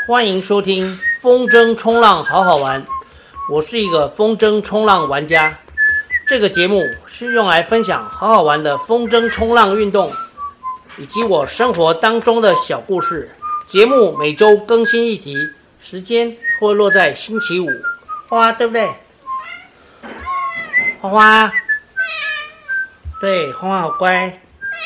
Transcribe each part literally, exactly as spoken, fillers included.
欢迎收听风筝冲浪好好玩，我是一个风筝冲浪玩家。这个节目是用来分享好好玩的风筝冲浪运动，以及我生活当中的小故事。节目每周更新一集，时间会落在星期五。花花对不对？花花，对，花花好乖。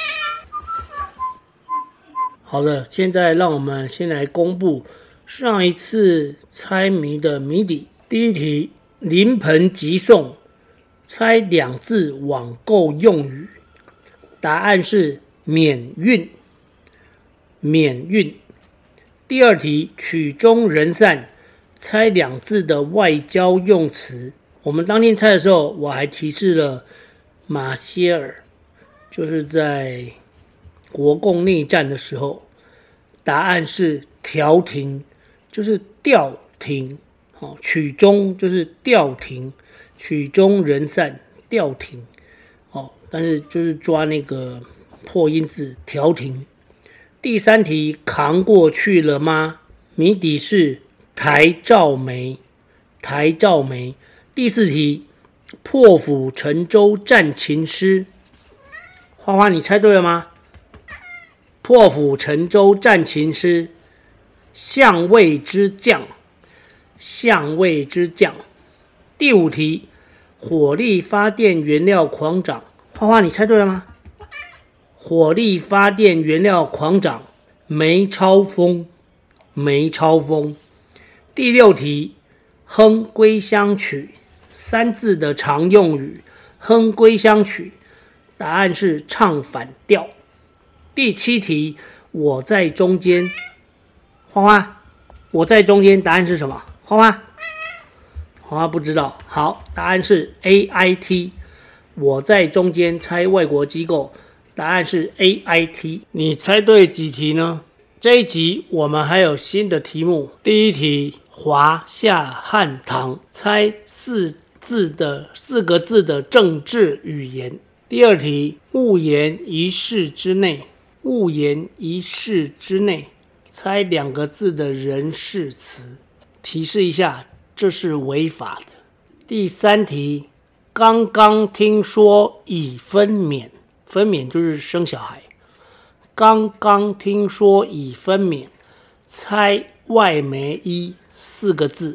好的，现在让我们先来公布上一次猜谜的谜底。第一题，临盆即送，猜两字网购用语。答案是免运，免运。第二题，曲终人散，猜两字的外交用词。我们当天猜的时候，我还提示了马歇尔，就是在国共内战的时候。答案是调停，就是调停。哦，曲终就是调停，曲终人散，调停。哦，但是就是抓那个破音字，调停。第三题，扛过去了吗？谜底是台照梅，台照梅。第四题，破釜沉舟战情师。花花，你猜对了吗？破釜沉舟战情师，相位之将，相位之将。第五题，火力发电原料狂涨。花花，你猜对了吗？火力发电原料狂涨，梅超风，梅超风。第六题，哼归乡曲，三字的常用语，哼归乡曲。答案是唱反调。第七题，我在中间。花花，我在中间，答案是什么？花花，花花不知道。好，答案是 A I T。我在中间，猜外国机构，答案是 A I T。你猜对几题呢？这一集我们还有新的题目。第一题，华夏汉唐，猜四字的四个字的政治语言。第二题，勿言一室之内。勿言一室之内，猜两个字的人事词。提示一下，这是违法的。第三题，刚刚听说已分娩，分娩就是生小孩。刚刚听说已分娩，猜外媒衣四个字。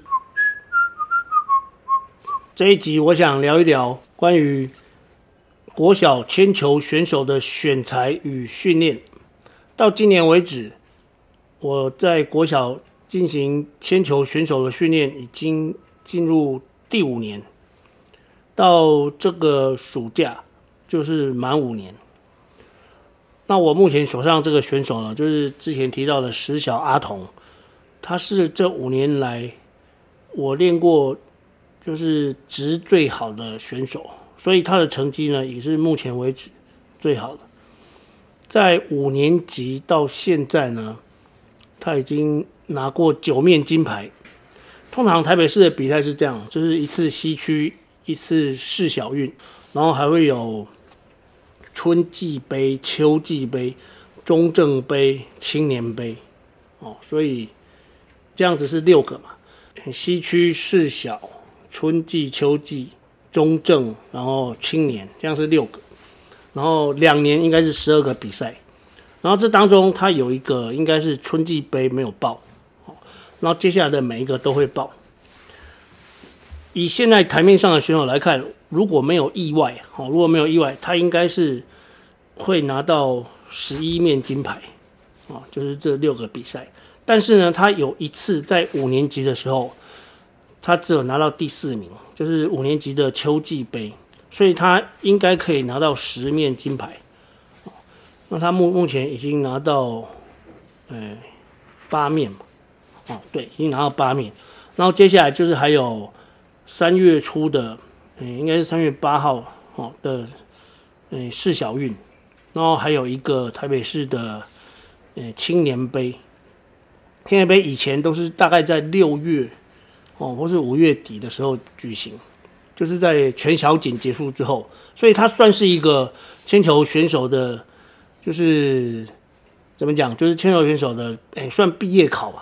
这一集我想聊一聊关于国小铅球选手的选材与训练。到今年为止，我在国小进行铅球选手的训练已经进入第五年，到这个暑假就是满五年。那我目前手上这个选手呢，就是之前提到的石小阿童，他是这五年来我练过就是职最好的选手。所以他的成绩呢，也是目前为止最好的。在五年级到现在呢，他已经拿过九面金牌。通常台北市的比赛是这样，就是一次西区，一次市小运，然后还会有春季杯、秋季杯、中正杯、青年杯。哦，所以这样子是六个嘛，西区、市小、春季、秋季。中正，然后青年，这样是六个，然后两年应该是十二个比赛，然后这当中他有一个应该是春季杯没有报，然后接下来的每一个都会报。以现在台面上的选手来看，如果没有意外，如果没有意外，他应该是会拿到十一面金牌，就是这六个比赛。但是呢，他有一次在五年级的时候，他只有拿到第四名。就是五年级的秋季杯，所以他应该可以拿到十面金牌。那他目目前已经拿到，呃，八面嘛，哦，对，已经拿到八面。然后接下来就是还有三月初的，呃，应该是三月八号哦的，呃，市小运，然后还有一个台北市的，呃，青年杯。青年杯以前都是大概在六月。哦，或是五月底的时候举行，就是在全小锦结束之后，所以他算是一个铅球选手的，就是怎么讲，就是铅球选手的，哎，算毕业考吧。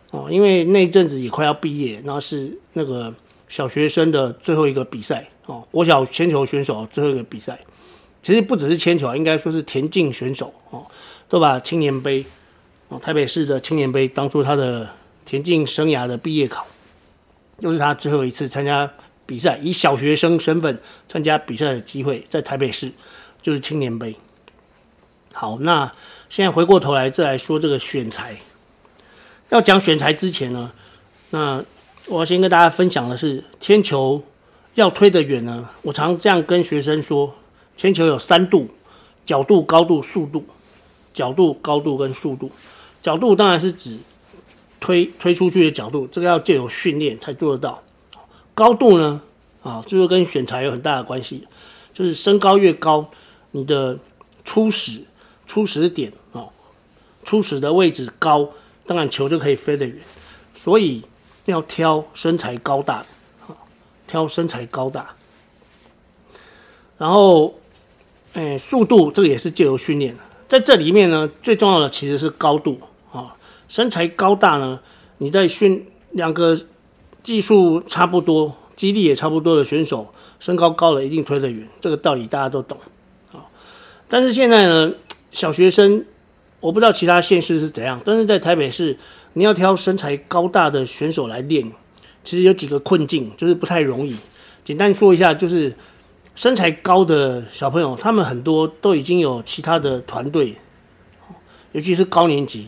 哦，因为那一阵子也快要毕业，然后是那个小学生的最后一个比赛哦，国小铅球选手最后一个比赛。其实不只是铅球，应该说是田径选手哦，都把青年杯哦，台北市的青年杯当做他的田径生涯的毕业考，又是他最后一次参加比赛，以小学生身份参加比赛的机会，在台北市就是青年杯。好，那现在回过头来再来说这个选材。要讲选材之前呢，那我要先跟大家分享的是，铅球要推得远呢，我常这样跟学生说，铅球有三度：角度、高度、速度。角度、高度跟速度。角度当然是指推推出去的角度，这个要借由训练才做得到。高度呢，啊，这就跟选材有很大的关系，就是身高越高，你的初始初始点哦，初始的位置高，当然球就可以飞得远。所以要挑身材高大的，挑身材高大。然后，诶，速度这个也是借由训练。在这里面呢，最重要的其实是高度啊，身材高大呢，你在训两个技术差不多、肌力也差不多的选手，身高高的一定推得远，这个道理大家都懂啊。但是现在呢，小学生我不知道其他县市是怎样，但是在台北市，你要挑身材高大的选手来练，其实有几个困境，就是不太容易。简单说一下，就是身材高的小朋友，他们很多都已经有其他的团队，尤其是高年级。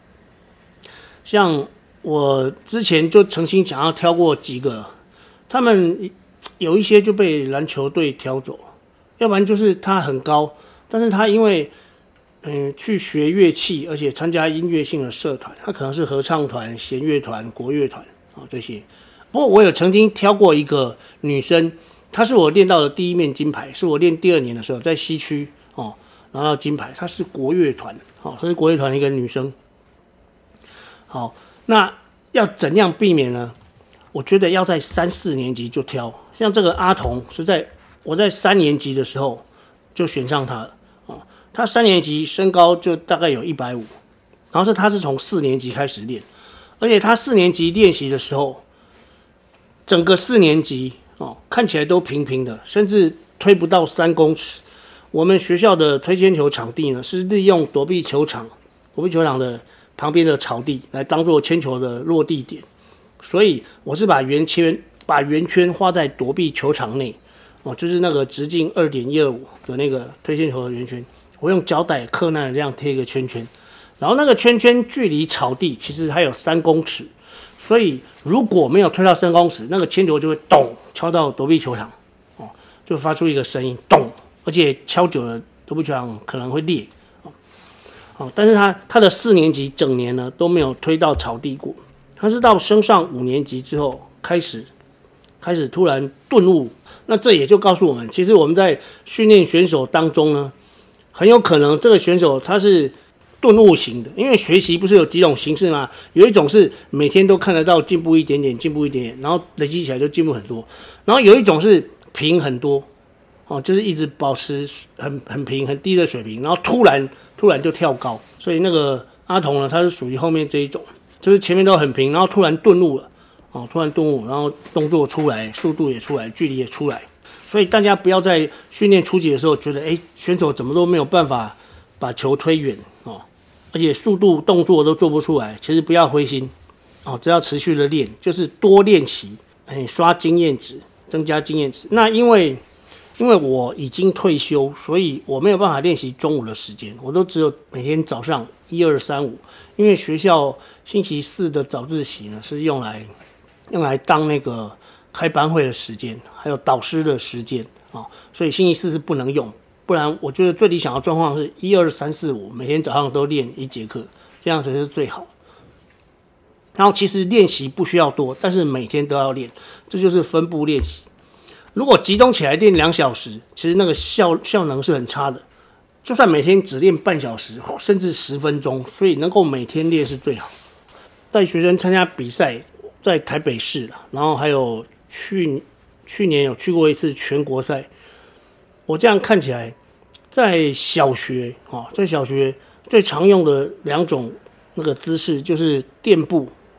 像我之前就曾经想要挑过几个，他们有一些就被篮球队挑走，要不然就是他很高，但是他因为嗯去学乐器，而且参加音乐性的社团，他可能是合唱团、弦乐团、国乐团啊这些。不过我有曾经挑过一个女生。她是我练到的第一面金牌，是我练第二年的时候在西区哦拿到金牌。她是国乐团，哦，这是国乐团的一个女生。好，那要怎样避免呢？我觉得要在三四年级就挑，像这个阿童是在我在三年级的时候就选上她了哦。她三年级身高就大概有一百五，然后是她是从四年级开始练，而且她四年级练习的时候，整个四年级。哦，看起来都平平的，甚至推不到三公尺。我们学校的推铅球场地呢，是利用躲避球场、躲避球场的旁边的草地来当做铅球的落地点，所以我是把圆圈把圆圈画在躲避球场内，哦，就是那个直径 二点一二五 的那个推铅球的圆圈，我用胶带克难的这样贴一个圈圈，然后那个圈圈距离草地其实还有三公尺。所以如果没有推到三公尺，那个铅球就会咚敲到躲避球场，哦，就发出一个声音咚，而且敲久了躲避球场可能会裂，哦，哦，但是他他的四年级整年呢都没有推到草地过，他是到升上五年级之后开始开始突然顿悟，那这也就告诉我们，其实我们在训练选手当中呢，很有可能这个选手他是。顿悟型的，因为学习不是有几种形式吗？有一种是每天都看得到进步一点点，进步一点点，然后累积起来就进步很多。然后有一种是平很多，哦，就是一直保持很很平很低的水平，然后突然突然就跳高。所以那个阿童呢，他是属于后面这一种，就是前面都很平，然后突然顿悟了，哦，突然顿悟，然后动作出来，速度也出来，距离也出来。所以大家不要在训练初级的时候觉得，哎，选手怎么都没有办法把球推远哦。而且速度动作都做不出来，其实不要灰心哦，只要持续的练，就是多练习，哎，刷经验值，增加经验值。那因为因为我已经退休，所以我没有办法练习中午的时间，我都只有每天早上一二三五，因为学校星期四的早自习呢是用来用来当那个开班会的时间，还有导师的时间啊，哦，所以星期四是不能用。不然，我觉得最理想的状况是一二三四五，每天早上都练一节课，这样才是最好。然后其实练习不需要多，但是每天都要练，这就是分步练习。如果集中起来练两小时，其实那个效效能是很差的。就算每天只练半小时，甚至十分钟，所以能够每天练是最好。带学生参加比赛，在台北市，然后还有去去年有去过一次全国赛。我这样看起来，在小学啊，在小学最常用的两种那个姿势就是垫步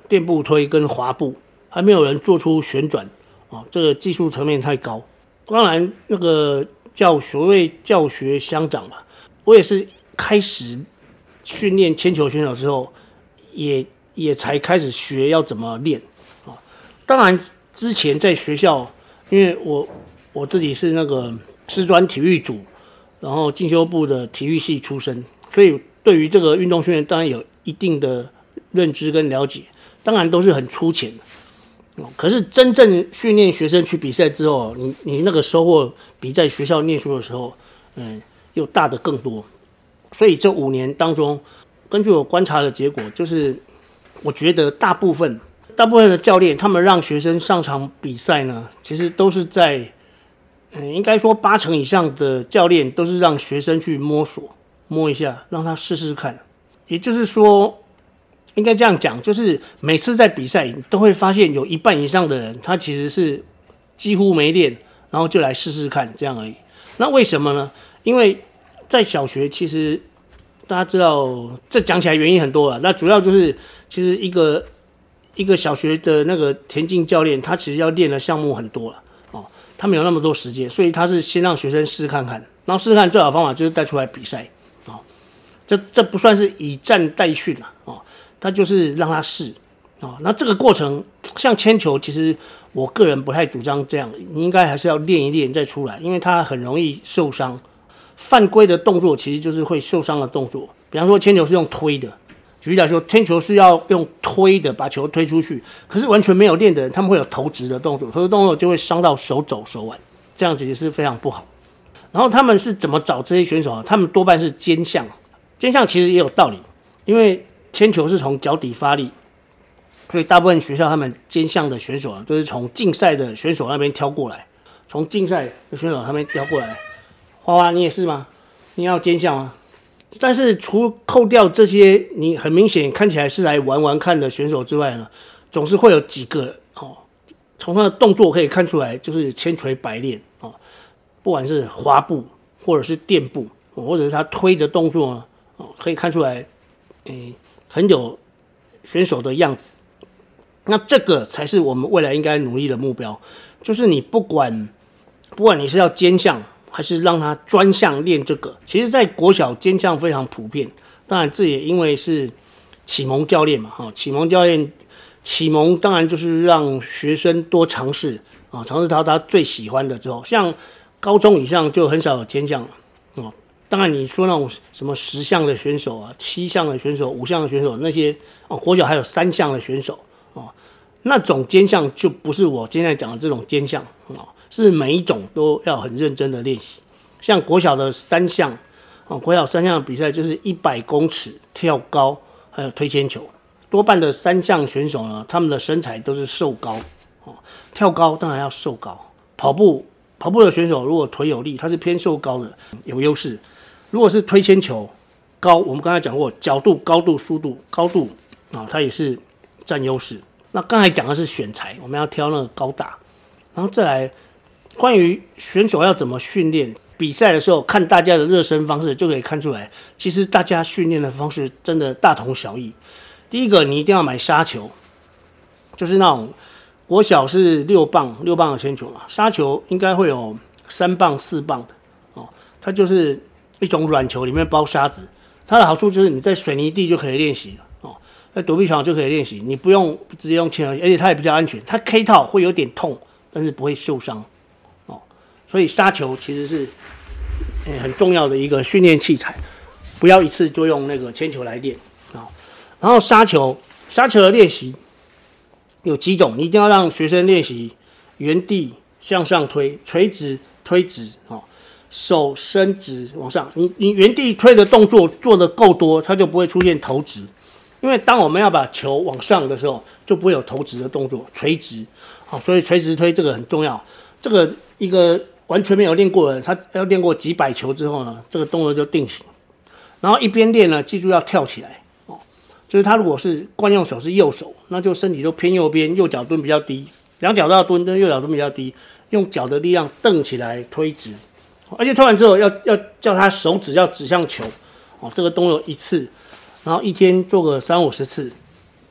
垫步推跟滑步，还没有人做出旋转啊，这个技术层面太高。当然，那个叫所谓教学相长吧，我也是开始训练铅球选手之后，也也才开始学要怎么练啊。当然，之前在学校，因为我我自己是那个师专体育组，然后进修部的体育系出身，所以对于这个运动训练当然有一定的认知跟了解，当然都是很粗浅的。可是真正训练学生去比赛之后，你你那个收获比在学校念书的时候，嗯，又大的更多。所以这五年当中，根据我观察的结果，就是我觉得大部分大部分的教练，他们让学生上场比赛呢，其实都是在，嗯，应该说八成以上的教练都是让学生去摸索，摸一下，让他试试看。也就是说，应该这样讲，就是每次在比赛，你都会发现有一半以上的人，他其实是几乎没练，然后就来试试看这样而已。那为什么呢？因为在小学，其实大家知道，这讲起来原因很多了。那主要就是，其实一个一个小学的那个田径教练，他其实要练的项目很多了哦，他没有那么多时间，所以他是先让学生试看看，然后试试看最好的方法就是带出来比赛哦。这这不算是以战代训啊哦。他就是让他试啊、哦，那这个过程像铅球，其实我个人不太主张这样，你应该还是要练一练再出来，因为它很容易受伤。犯规的动作其实就是会受伤的动作，比方说铅球是用推的，举例来说，铅球是要用推的把球推出去，可是完全没有练的人，他们会有投掷的动作，投掷动作就会伤到手肘手腕，这样子也是非常不好。然后他们是怎么找这些选手啊？他们多半是肩项，肩项其实也有道理，因为铅球是从脚底发力，所以大部分学校他们肩项的选手啊，就是从竞赛的选手那边挑过来，从竞赛的选手那边挑过来。花花，你也是吗？你要肩项吗？但是除扣掉这些你很明显看起来是来玩玩看的选手之外呢，总是会有几个哦，从他的动作可以看出来，就是千锤百炼哦，不管是滑步或者是垫步，哦、或者是他推的动作呢，哦，可以看出来，诶。很有选手的样子，那这个才是我们未来应该努力的目标。就是你不管不管你是要肩项还是让他专项练这个，其实在国小肩项非常普遍。当然，这也因为是启蒙教练嘛，哈，启蒙教练启蒙当然就是让学生多尝试啊，尝试到他最喜欢的之后，像高中以上就很少有肩项了哦。当然，你说那种什么十项的选手啊、七项的选手、五项的选手，那些哦，国小还有三项的选手哦，那种肩项就不是我今天讲的这种肩项哦，是每一种都要很认真的练习。像国小的三项哦，国小三项的比赛就是一百公尺跳高，还有推铅球。多半的三项选手呢，他们的身材都是瘦高哦，跳高当然要瘦高，跑步跑步的选手如果腿有力，他是偏瘦高的，有优势。如果是推铅球，高，我们刚才讲过，角度、高度、速度、高度啊、哦，它也是占优势。那刚才讲的是选材，我们要挑那个高大，然后再来关于选手要怎么训练，比赛的时候看大家的热身方式就可以看出来，其实大家训练的方式真的大同小异。第一个，你一定要买沙球，就是那种国小是六磅六磅的铅球嘛，沙球应该会有三磅四磅的哦，它就是一种软球，里面包沙子。它的好处就是你在水泥地就可以练习了哦，在躲避球场就可以练习，你不用直接用铅球，而且它也比较安全。它 K 套会有点痛，但是不会受伤哦。所以沙球其实是、欸、很重要的一个训练器材，不要一次就用那个铅球来练啊、哦。然后沙球，沙球的练习有几种，你一定要让学生练习原地向上推、垂直推直哦。手伸直往上，你你原地推的动作做得够多，它就不会出现投掷。因为当我们要把球往上的时候，就不会有投掷的动作，垂直。好，所以垂直推这个很重要。这个一个完全没有练过的人，他要练过几百球之后呢，这个动作就定型。然后一边练呢，记住要跳起来哦。就是他如果是惯用手是右手，那就身体都偏右边，右脚蹲比较低，两脚都要蹲，但右脚蹲比较低，用脚的力量蹬起来推直。而且推完之后要要叫他手指要指向球，哦，这个动作一次，然后一天做个三五十次，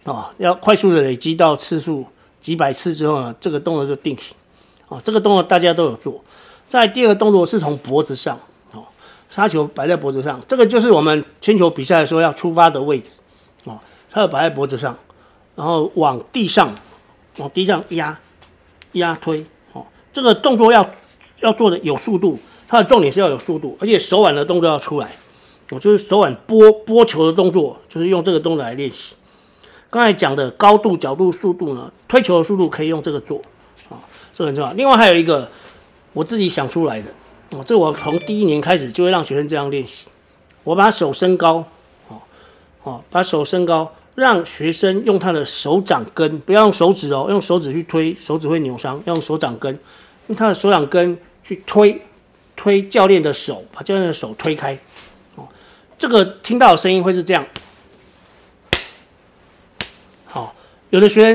哦，要快速的累积到次数几百次之后呢，这个动作就定型。哦，这个动作大家都有做。再第二个动作是从脖子上，哦，杀球摆在脖子上，这个就是我们铅球比赛的时候要出发的位置。哦，它要摆在脖子上，然后往地上，往地上压压推。哦，这个动作要要做的有速度，它的重点是要有速度，而且手腕的动作要出来。我就是手腕拨拨球的动作，就是用这个动作来练习。刚才讲的高度、角度、速度呢，推球的速度可以用这个做，啊、哦，这个很重要。另外还有一个我自己想出来的，哦，这我从第一年开始就会让学生这样练习。我把手升高，哦哦，把手升高，让学生用他的手掌根，不要用手指哦，用手指去推，手指会扭伤，要用手掌根，用他的手掌根去推推教练的手，把教练的手推开。这个听到的声音会是这样，好，有的学生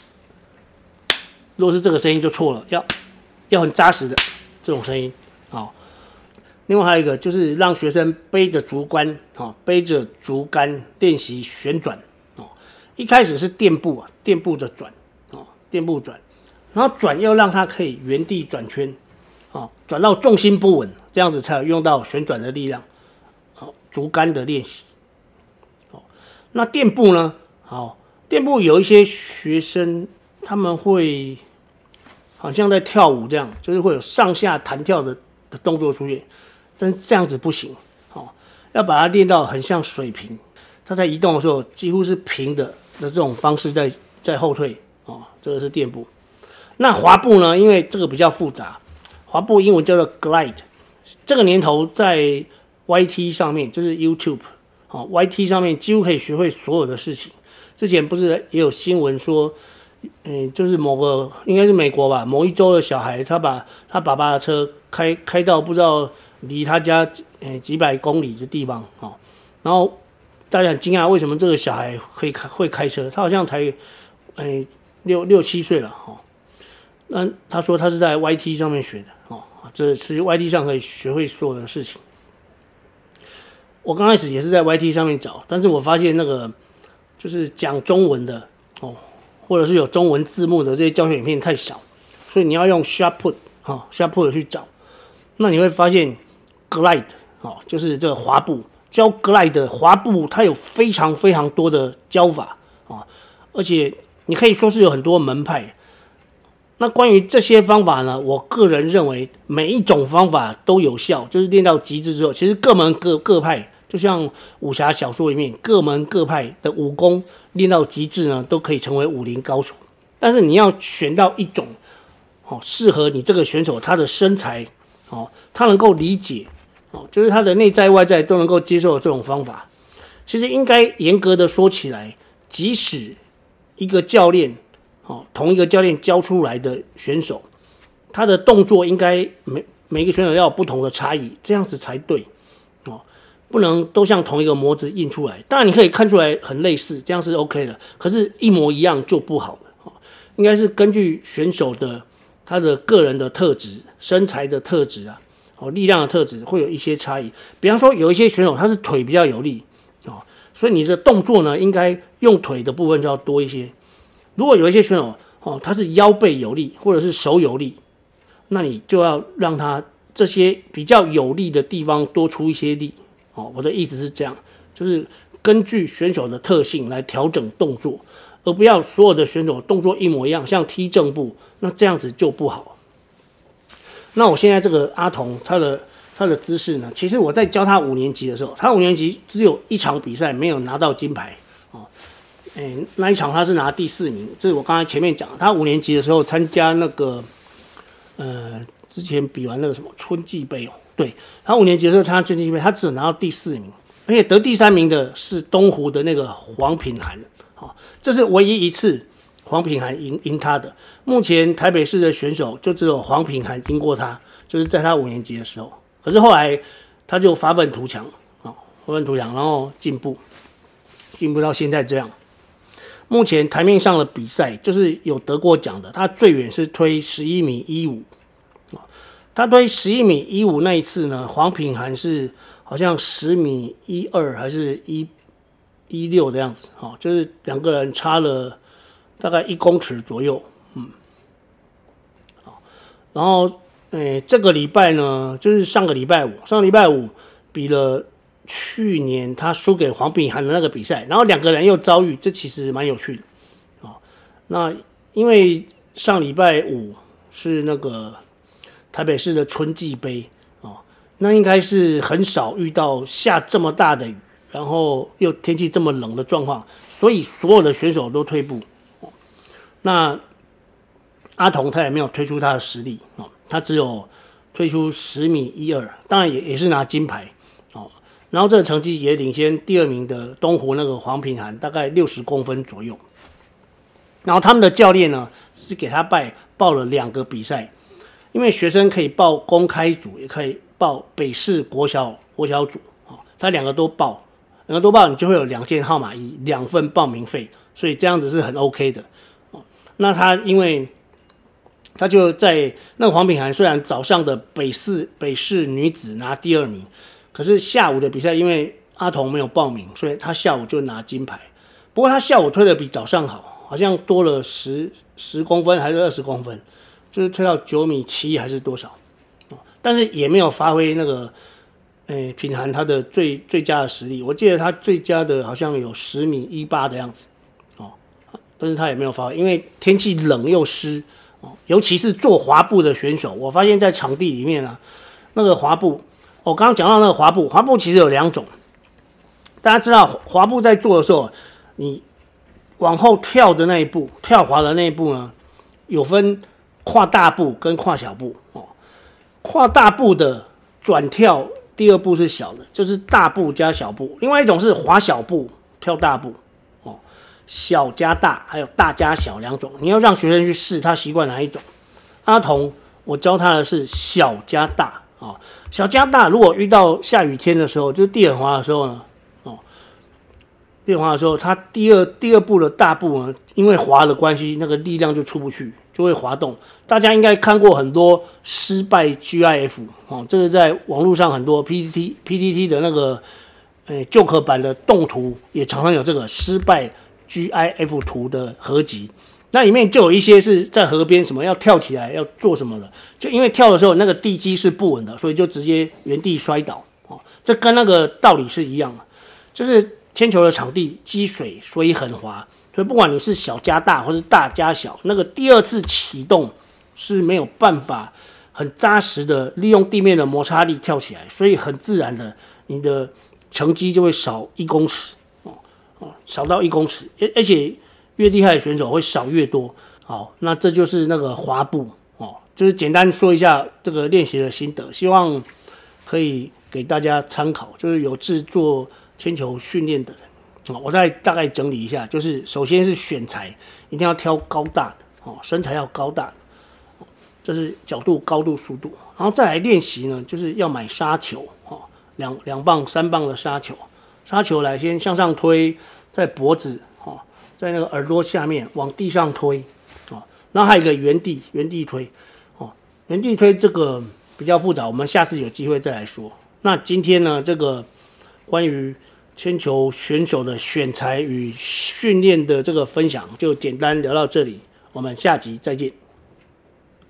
如果是这个声音就错了，要要很扎实的这种声音，好。另外还有一个就是让学生背着竹竿，好，背着竹竿练习旋转，哦，一开始是垫步啊，垫步的转，哦，垫步转，然后转要让它可以原地转圈，哦，转到重心不稳，这样子才有用到旋转的力量。好，竹竿的练习。好，那垫步呢？好，垫步有一些学生他们会好像在跳舞这样，就是会有上下弹跳的的动作出现，但是这样子不行。好，要把它练到很像水平，它在移动的时候几乎是平的的这种方式在在后退。哦，这个是垫步。那滑步呢？因为这个比较复杂，滑步英文叫做 glide。这个年头在Y T 上面就是 YouTube， 哦 ，Y T 上面几乎可以学会所有的事情。之前不是也有新闻说，嗯，就是某个应该是美国吧，某一州的小孩，他把他爸爸的车开开到不知道离他家呃几百公里的地方，哦，然后大家很惊讶，为什么这个小孩可以开会开车？他好像才呃六六七岁了，哦，那他说他是在 Y T 上面学的，哦，这是 Y T 上可以学会所有的事情。我刚开始也是在 Y T 上面找，但是我发现那个就是讲中文的哦，或者是有中文字幕的这些教学影片太少，所以你要用 Shotput 哈、哦、Shotput 去找，那你会发现 Glide 哦，就是这个滑步，教 Glide 的滑步，它有非常非常多的教法啊、哦，而且你可以说是有很多门派。那关于这些方法呢，我个人认为每一种方法都有效，就是练到极致之后，其实各门各各派。就像武侠小说里面各门各派的武功练到极致呢，都可以成为武林高手。但是你要选到一种，哦，适合你这个选手他的身材，哦，他能够理解，哦，就是他的内在外在都能够接受的这种方法。其实应该严格的说起来，即使一个教练，哦，同一个教练教出来的选手，他的动作应该每每个选手要有不同的差异，这样子才对。不能都像同一个模子印出来，当然你可以看出来很类似，这样是 OK 的。可是，一模一样就不好了。应该是根据选手的他的个人的特质、身材的特质啊，哦，力量的特质会有一些差异。比方说，有一些选手他是腿比较有力哦，所以你的动作呢，应该用腿的部分就要多一些。如果有一些选手哦，他是腰背有力或者是手有力，那你就要让他这些比较有力的地方多出一些力。哦，我的意思是这样，就是根据选手的特性来调整动作，而不要所有的选手动作一模一样，像踢正步，那这样子就不好。那我现在这个阿童，他的他的姿势呢，其实我在教他五年级的时候，他五年级只有一场比赛没有拿到金牌哦，诶，那一场他是拿第四名，这是我刚才前面讲，他五年级的时候参加那个呃之前比完那个什么春季杯哦。对，他五年级的时候参加春季杯，他只拿到第四名，而且得第三名的是东湖的那个黄品涵，好、哦，这是唯一一次黄品涵赢赢他的。目前台北市的选手就只有黄品涵赢过他，就是在他五年级的时候。可是后来他就发愤图强，哦，发愤图强，然后进步，进步到现在这样。目前台面上的比赛就是有得过奖的，他最远是推十一米一五。他推十一米一五那一次呢，黄品涵是好像十米一二还是一一六的样子，哦，就是两个人差了大概一公尺左右，嗯，好，然后，诶，这个礼拜呢，就是上个礼拜五，上个礼拜五比了去年他输给黄品涵的那个比赛，然后两个人又遭遇，这其实蛮有趣的，哦，那因为上礼拜五是那个台北市的春季杯，哦，那应该是很少遇到下这么大的雨。然后又天气这么冷的状况，所以所有的选手都退步。那阿童他也没有推出他的实力，他只有推出十米一二，当然也也是拿金牌。然后这个成绩也领先第二名的东湖那个黄品涵大概六十公分左右。然后他们的教练呢是给他报报了两个比赛，因为学生可以报公开组，也可以报北市国小国小组，他两个都报。两个都报，你就会有两件号码衣，两份报名费，所以这样子是很 OK 的。那他因为他就在那个黄品涵，虽然早上的北市北市女子拿第二名，可是下午的比赛因为阿童没有报名，所以他下午就拿金牌。不过他下午推的比早上好，好像多了十十公分还是二十公分，就是推到九米七还是多少，但是也没有发挥那个。诶，品涵他的最最佳的实力，我记得他最佳的好像有十米一八的样子，哦，但是他也没有发挥，因为天气冷又湿，哦，尤其是做滑步的选手，我发现在场地里面啊，那个滑步，我刚刚讲到那个滑步，滑步其实有两种，大家知道滑步在做的时候，你往后跳的那一步，跳滑的那一步呢，有分跨大步跟跨小步，哦，跨大步的转跳。第二步是小的，就是大步加小步。另外一种是滑小步跳大步，哦，小加大，还有大加小两种。你要让学生去试，他习惯哪一种？阿童，我教他的是小加大，哦，小加大。如果遇到下雨天的时候，就是地很滑的时候呢，哦，地很滑的时候，他第二第二步的大步呢，因为滑的关系，那个力量就出不去，就会滑动。大家应该看过很多失败 G I F 哦，这个在网络上很多 P T T P T T 的那个呃旧壳版的动图也常常有这个失败 G I F 图的合集，那里面就有一些是在河边什么要跳起来要做什么的，就因为跳的时候那个地基是不稳的，所以就直接原地摔倒哦，这跟那个道理是一样的，就是铅球的场地积水，所以很滑，所以不管你是小加大或是大加小，那个第二次启动。是没有办法很扎实的利用地面的摩擦力跳起来，所以很自然的，你的成绩就会少一公尺哦哦，少到一公尺，而且越厉害的选手会少越多。好，那这就是那个滑步哦，就是简单说一下这个练习的心得，希望可以给大家参考。就是有志做铅球训练的人，哦，我再大概整理一下，就是首先是选材，一定要挑高大的哦，身材要高大的。这是角度、高度、速度，然后再来练习呢，就是要买沙球，哦，两两磅、三磅的沙球，沙球来先向上推，在脖子，哦，在那个耳朵下面往地上推，哦，然后还有一个原地原地推，哦，原地推这个比较复杂，我们下次有机会再来说。那今天呢，这个关于铅球选手的选材与训练的这个分享，就简单聊到这里，我们下集再见。